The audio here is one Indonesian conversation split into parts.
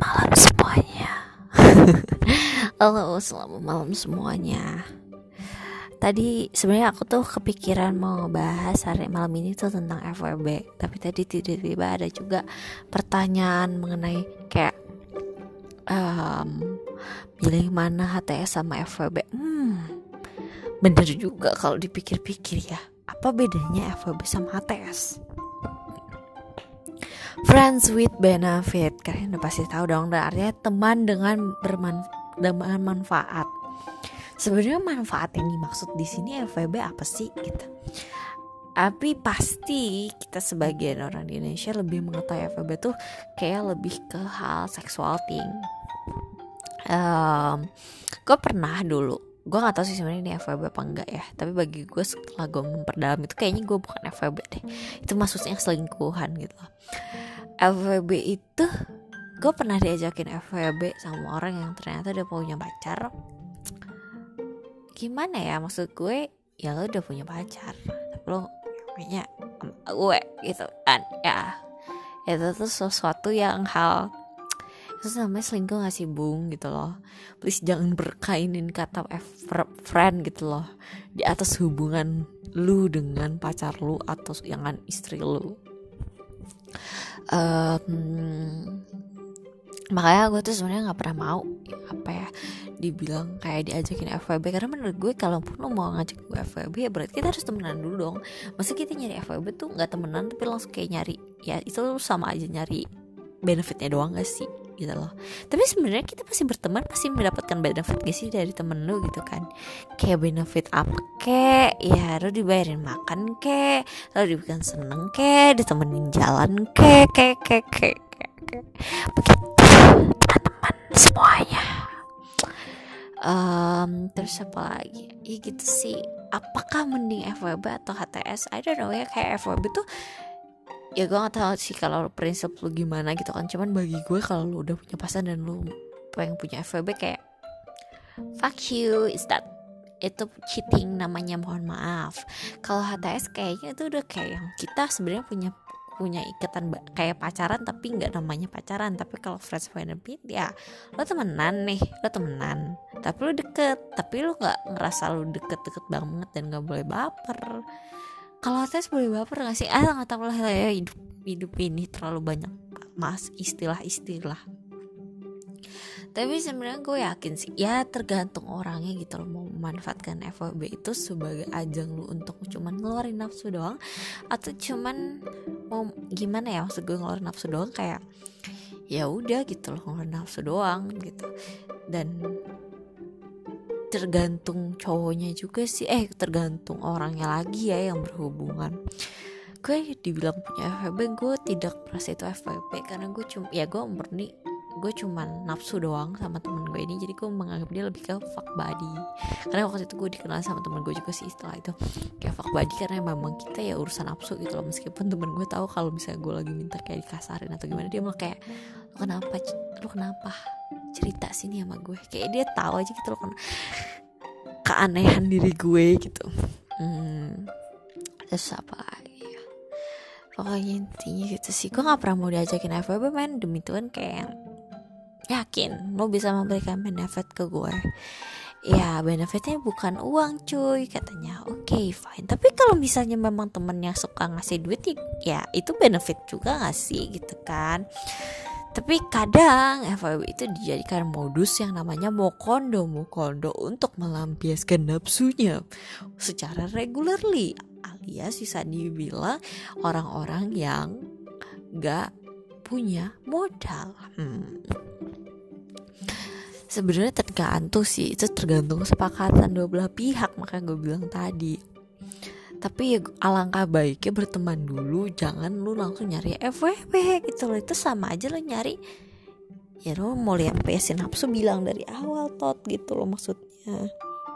malam semuanya. Halo, selamat malam semuanya. Tadi sebenarnya aku tuh kepikiran mau ngebahas hari malam ini tuh tentang FWB, tapi tadi tiba-tiba ada juga pertanyaan mengenai kayak pilih mana HTS sama FWB. Bener juga kalau dipikir-pikir ya. Apa bedanya FWB sama HTS? Friends with benefit, kalian udah pasti tahu dong, artinya teman dengan manfaat. Sebenarnya manfaat yang dimaksud di sini FWB apa sih gitu? Tapi pasti kita sebagian orang di Indonesia lebih mengetahui FWB tuh kayak lebih ke hal seksual thing. Gue pernah dulu, gue nggak tahu sih sebenarnya ini FWB apa enggak ya, tapi bagi gue setelah gue memperdalam itu kayaknya gue bukan FWB deh, itu maksudnya selingkuhan gitu loh. FWB itu gue pernah diajakin FWB sama orang yang ternyata udah punya pacar. Gimana ya, maksud gue ya lo udah punya pacar tapi lo kayaknya gue gitu kan ya, itu tuh sesuatu yang hal itu namanya selingkuh gak sih Bung gitu loh. Please jangan berkainin kata friend gitu loh di atas hubungan lu dengan pacar lu atau dengan istri lu. Makanya gue tuh sebenarnya nggak pernah mau dibilang kayak diajakin FWB, karena menurut gue kalaupun lo mau ngajak gue FWB ya berarti kita harus temenan dulu dong. Masa kita nyari FWB tuh nggak temenan tapi langsung kayak nyari, ya itu sama aja nyari benefitnya doang gak sih gitu loh. Tapi sebenarnya kita pasti berteman pasti mendapatkan benefit gak sih dari temen lo gitu kan. Kayak benefit apa kek, ya lo dibayarin makan kek, lo dibikin seneng kek, ditemenin jalan kek begitu teman-teman semuanya. Terus apa lagi ya gitu sih. Apakah mending FWB atau HTS? I don't know ya, kayak FWB tuh ya gue gak tahu sih kalau prinsip lu gimana gitu kan. Cuman bagi gue kalau lu udah punya pasangan dan lu pengen punya FWB kayak fuck you, itu cheating namanya, mohon maaf. Kalau HTS kayaknya itu udah kayak yang kita sebenarnya punya ikatan kayak pacaran tapi nggak namanya pacaran. Tapi kalau friends benefit ya lo temenan tapi lo deket, tapi lo nggak ngerasa lo deket banget dan nggak boleh baper. Kalau tes boleh baper gak sih? Nggak tahu lah ya, hidup ini terlalu banyak mas istilah. Tapi sebenarnya gue yakin sih ya tergantung orangnya gitu loh, mau memanfaatkan FWB itu sebagai ajang lu untuk cuman ngeluarin nafsu doang atau cuman mau gimana ya, maksud gue ngeluarin nafsu doang kayak ya udah gitu loh, ngeluarin nafsu doang gitu. Dan tergantung cowoknya juga sih, tergantung orangnya lagi ya yang berhubungan. Gue dibilang punya FWB, gue tidak merasa itu FWB karena gue cuman nafsu doang sama temen gue ini. Jadi gue menganggap dia lebih ke fuck buddy, karena waktu itu gue dikenal sama temen gue juga sih istilah itu kayak fuck buddy, karena memang kita ya urusan nafsu gitu loh. Meskipun temen gue tahu kalau misalnya gue lagi minta kayak dikasarin atau gimana, dia malah kayak lu kenapa cerita sini sama gue, kayak dia tahu aja gitu loh kan keanehan diri gue gitu. Terus apa lagi ya, pokoknya intinya gitu sih. Gue gak pernah mau diajakin FWB man, demi Tuhan kayak yakin lo bisa memberikan benefit ke gue. Ya benefitnya bukan uang cuy katanya, oke, fine. Tapi kalau misalnya memang temennya suka ngasih duit ya itu benefit juga gak sih gitu kan. Tapi kadang FWB itu dijadikan modus yang namanya mokondo untuk melampiaskan nafsunya secara regularly, alias bisa dibilang orang-orang yang gak punya modal. Sebenarnya tergantung sih, itu tergantung kesepakatan dua belah pihak, makanya gue bilang tadi. Tapi ya alangkah baiknya berteman dulu, jangan lu langsung nyari FWB gitu loh. Itu sama aja lo nyari, ya lo mau lihat PS nafsu, bilang dari awal tot gitu loh maksudnya.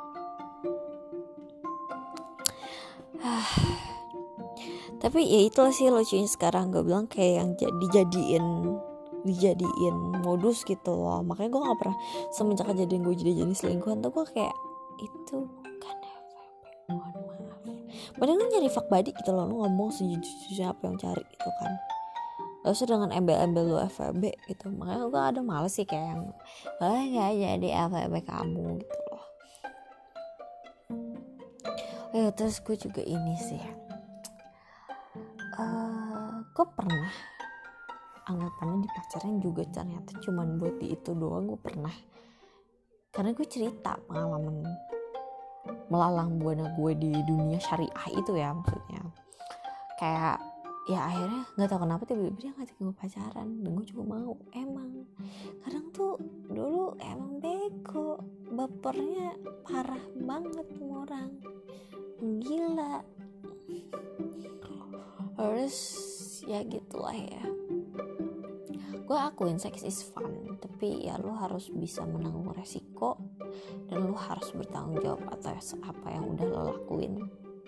Tapi ya itulah sih lucunya sekarang, gue bilang kayak yang dijadiin modus gitu loh. Makanya gue gak pernah, semenjak kejadian gue jadi selingkuhan tuh gue kayak itu bukan FWB, mohon maaf. Padahal lu nyari fuck buddy gitu loh, lu ngomong sejujurnya apa yang cari gitu kan. gak usah dengan embel-embel lu FWB gitu. Makanya gue ada males sih kayak yang gak jadi FWB kamu gitu loh. Terus gue juga ini sih, gue pernah anggapannya dipacarin juga ternyata cuman buat di itu doang. Gue pernah, karena gue cerita pengalaman melalang buana gue di dunia syariah itu ya, maksudnya kayak ya akhirnya nggak tahu kenapa tiba-tiba dia ngajak gue pacaran dan gue juga mau. Emang kadang tuh dulu emang bego, bapernya parah banget sama orang, gila. Harus ya gitulah ya. Gue akuin seks is fun, tapi ya lu harus bisa menanggung resiko dan lu harus bertanggung jawab atas apa yang udah lo lakuin.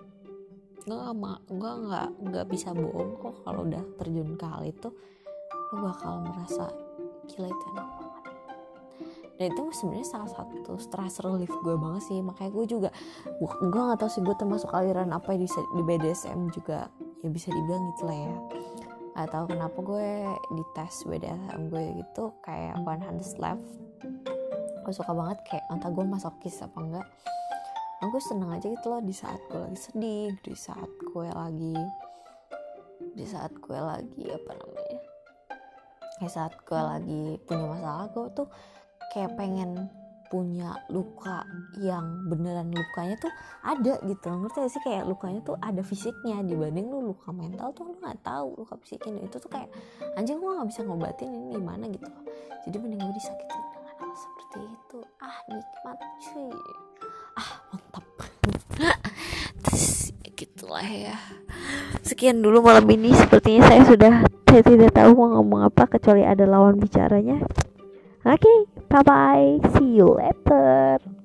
Gue nggak bisa bohong kok, kalau udah terjun ke hal itu lo bakal merasa gila itu enak banget. Dan itu sebenarnya salah satu stress relief gue banget sih. Makanya gue juga gue nggak tahu sih gue termasuk aliran apa di BDSM juga ya, bisa dibilang gitu lah ya. Gak tahu kenapa gue di tes BDSM gue gitu kayak 100 left, gue suka banget kayak entah gue masokis apa enggak. Gue seneng aja gitu loh di saat gue lagi sedih, di saat gue lagi apa namanya, kayak saat gue lagi punya masalah, gue tuh kayak pengen punya luka yang beneran lukanya tuh ada gitu, ngerti gak sih? Kayak lukanya tuh ada fisiknya, dibanding lu luka mental tuh lu nggak tahu luka fisiknya itu tuh kayak anjing gue nggak bisa ngobatin ini gimana gitu. Jadi mending gue disakitin dengan hal seperti itu. Nikmat cuy, mantap. Terus gitulah ya. Sekian dulu malam ini, sepertinya saya tidak tahu mau ngomong apa kecuali ada lawan bicaranya. Oke, bye bye, see you later.